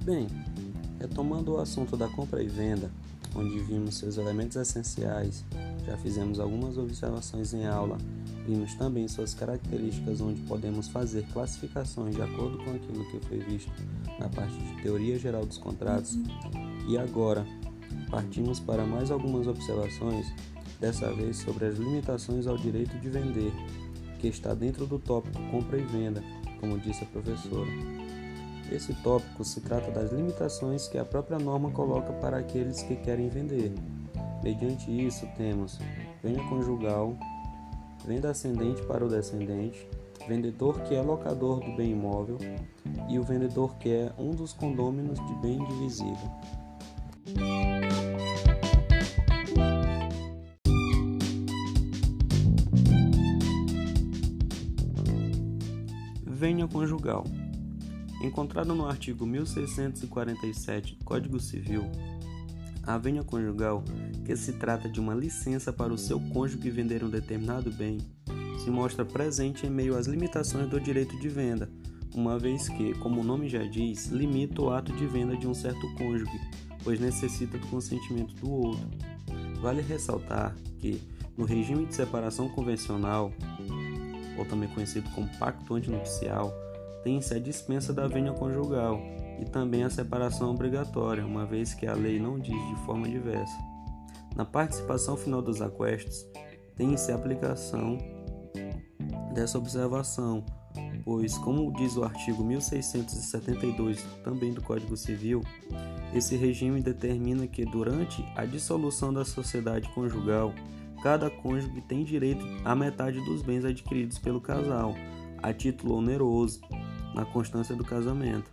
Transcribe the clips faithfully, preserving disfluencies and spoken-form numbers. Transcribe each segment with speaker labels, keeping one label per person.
Speaker 1: Bem, retomando o assunto da compra e venda, onde vimos seus elementos essenciais, já fizemos algumas observações em aula, vimos também suas características, onde podemos fazer classificações de acordo com aquilo que foi visto na parte de teoria geral dos contratos, e agora partimos para mais algumas observações, dessa vez sobre as limitações ao direito de vender, que está dentro do tópico compra e venda, como disse a professora. Esse tópico se trata das limitações que a própria norma coloca para aqueles que querem vender. Mediante isso, temos venda conjugal, venda ascendente para o descendente, vendedor que é locador do bem imóvel e o vendedor que é um dos condôminos de bem indivisível. Vênia conjugal. Encontrado no artigo mil seiscentos e quarenta e sete do Código Civil, a vênia conjugal, que se trata de uma licença para o seu cônjuge vender um determinado bem, se mostra presente em meio às limitações do direito de venda, uma vez que, como o nome já diz, limita o ato de venda de um certo cônjuge, pois necessita do consentimento do outro. Vale ressaltar que, no regime de separação convencional, ou também conhecido como pacto antinupcial, tem-se a dispensa da vênia conjugal e também a separação obrigatória, uma vez que a lei não diz de forma diversa. Na participação final dos aquestos, tem-se a aplicação dessa observação, pois, como diz o artigo mil seiscentos e setenta e dois também do Código Civil, esse regime determina que, durante a dissolução da sociedade conjugal, cada cônjuge tem direito à metade dos bens adquiridos pelo casal, a título oneroso, na constância do casamento.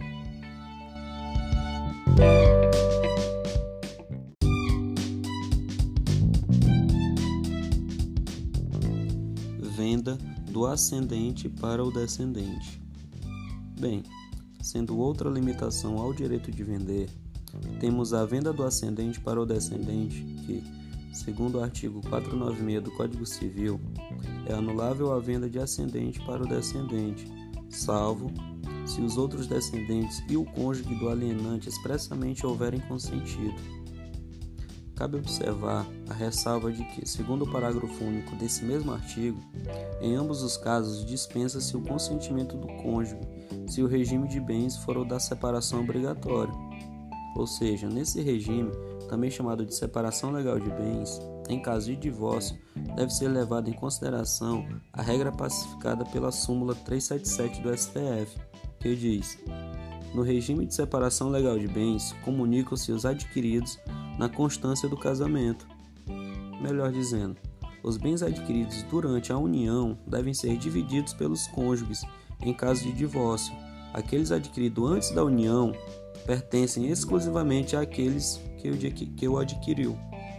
Speaker 1: Venda do ascendente para o descendente. Bem, sendo outra limitação ao direito de vender, temos a venda do ascendente para o descendente, que, segundo o artigo quatrocentos e noventa e seis do Código Civil, é anulável a venda de ascendente para o descendente, salvo se os outros descendentes e o cônjuge do alienante expressamente houverem consentido. Cabe observar a ressalva de que, segundo o parágrafo único desse mesmo artigo, em ambos os casos dispensa-se o consentimento do cônjuge se o regime de bens for o da separação obrigatória. Ou seja, nesse regime, também chamado de separação legal de bens, em caso de divórcio, deve ser levada em consideração a regra pacificada pela súmula trezentos e setenta e sete do S T F, que diz: no regime de separação legal de bens, comunicam-se os adquiridos na constância do casamento. Melhor dizendo, os bens adquiridos durante a união devem ser divididos pelos cônjuges em caso de divórcio. Aqueles adquiridos antes da união pertencem exclusivamente àqueles que o, que o adquiriu.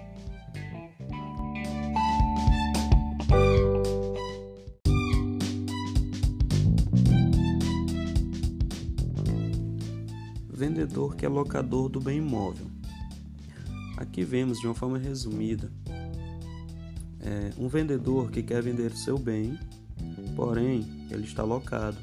Speaker 1: Vendedor que é locador do bem imóvel. Aqui vemos, de uma forma resumida, é, um vendedor que quer vender o seu bem, porém ele está locado.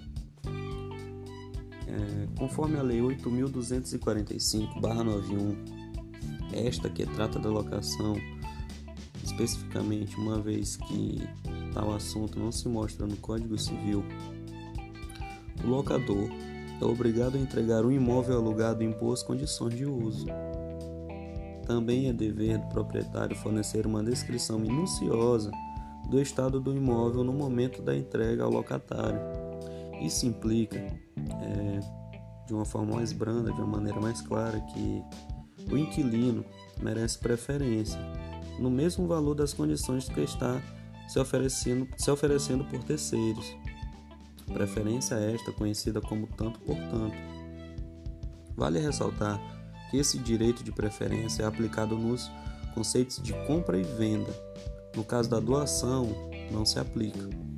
Speaker 1: É, conforme a Lei oito mil duzentos e quarenta e cinco barra noventa e um, esta que trata da locação, especificamente, uma vez que tal assunto não se mostra no Código Civil, o locador é obrigado a entregar um imóvel alugado em boas condições de uso. Também é dever do proprietário fornecer uma descrição minuciosa do estado do imóvel no momento da entrega ao locatário. Isso implica, é, de uma forma mais branda, de uma maneira mais clara, que o inquilino merece preferência no mesmo valor das condições que está se oferecendo, se oferecendo por terceiros. Preferência esta conhecida como tanto por tanto. Vale ressaltar que esse direito de preferência é aplicado nos conceitos de compra e venda. No caso da doação, não se aplica.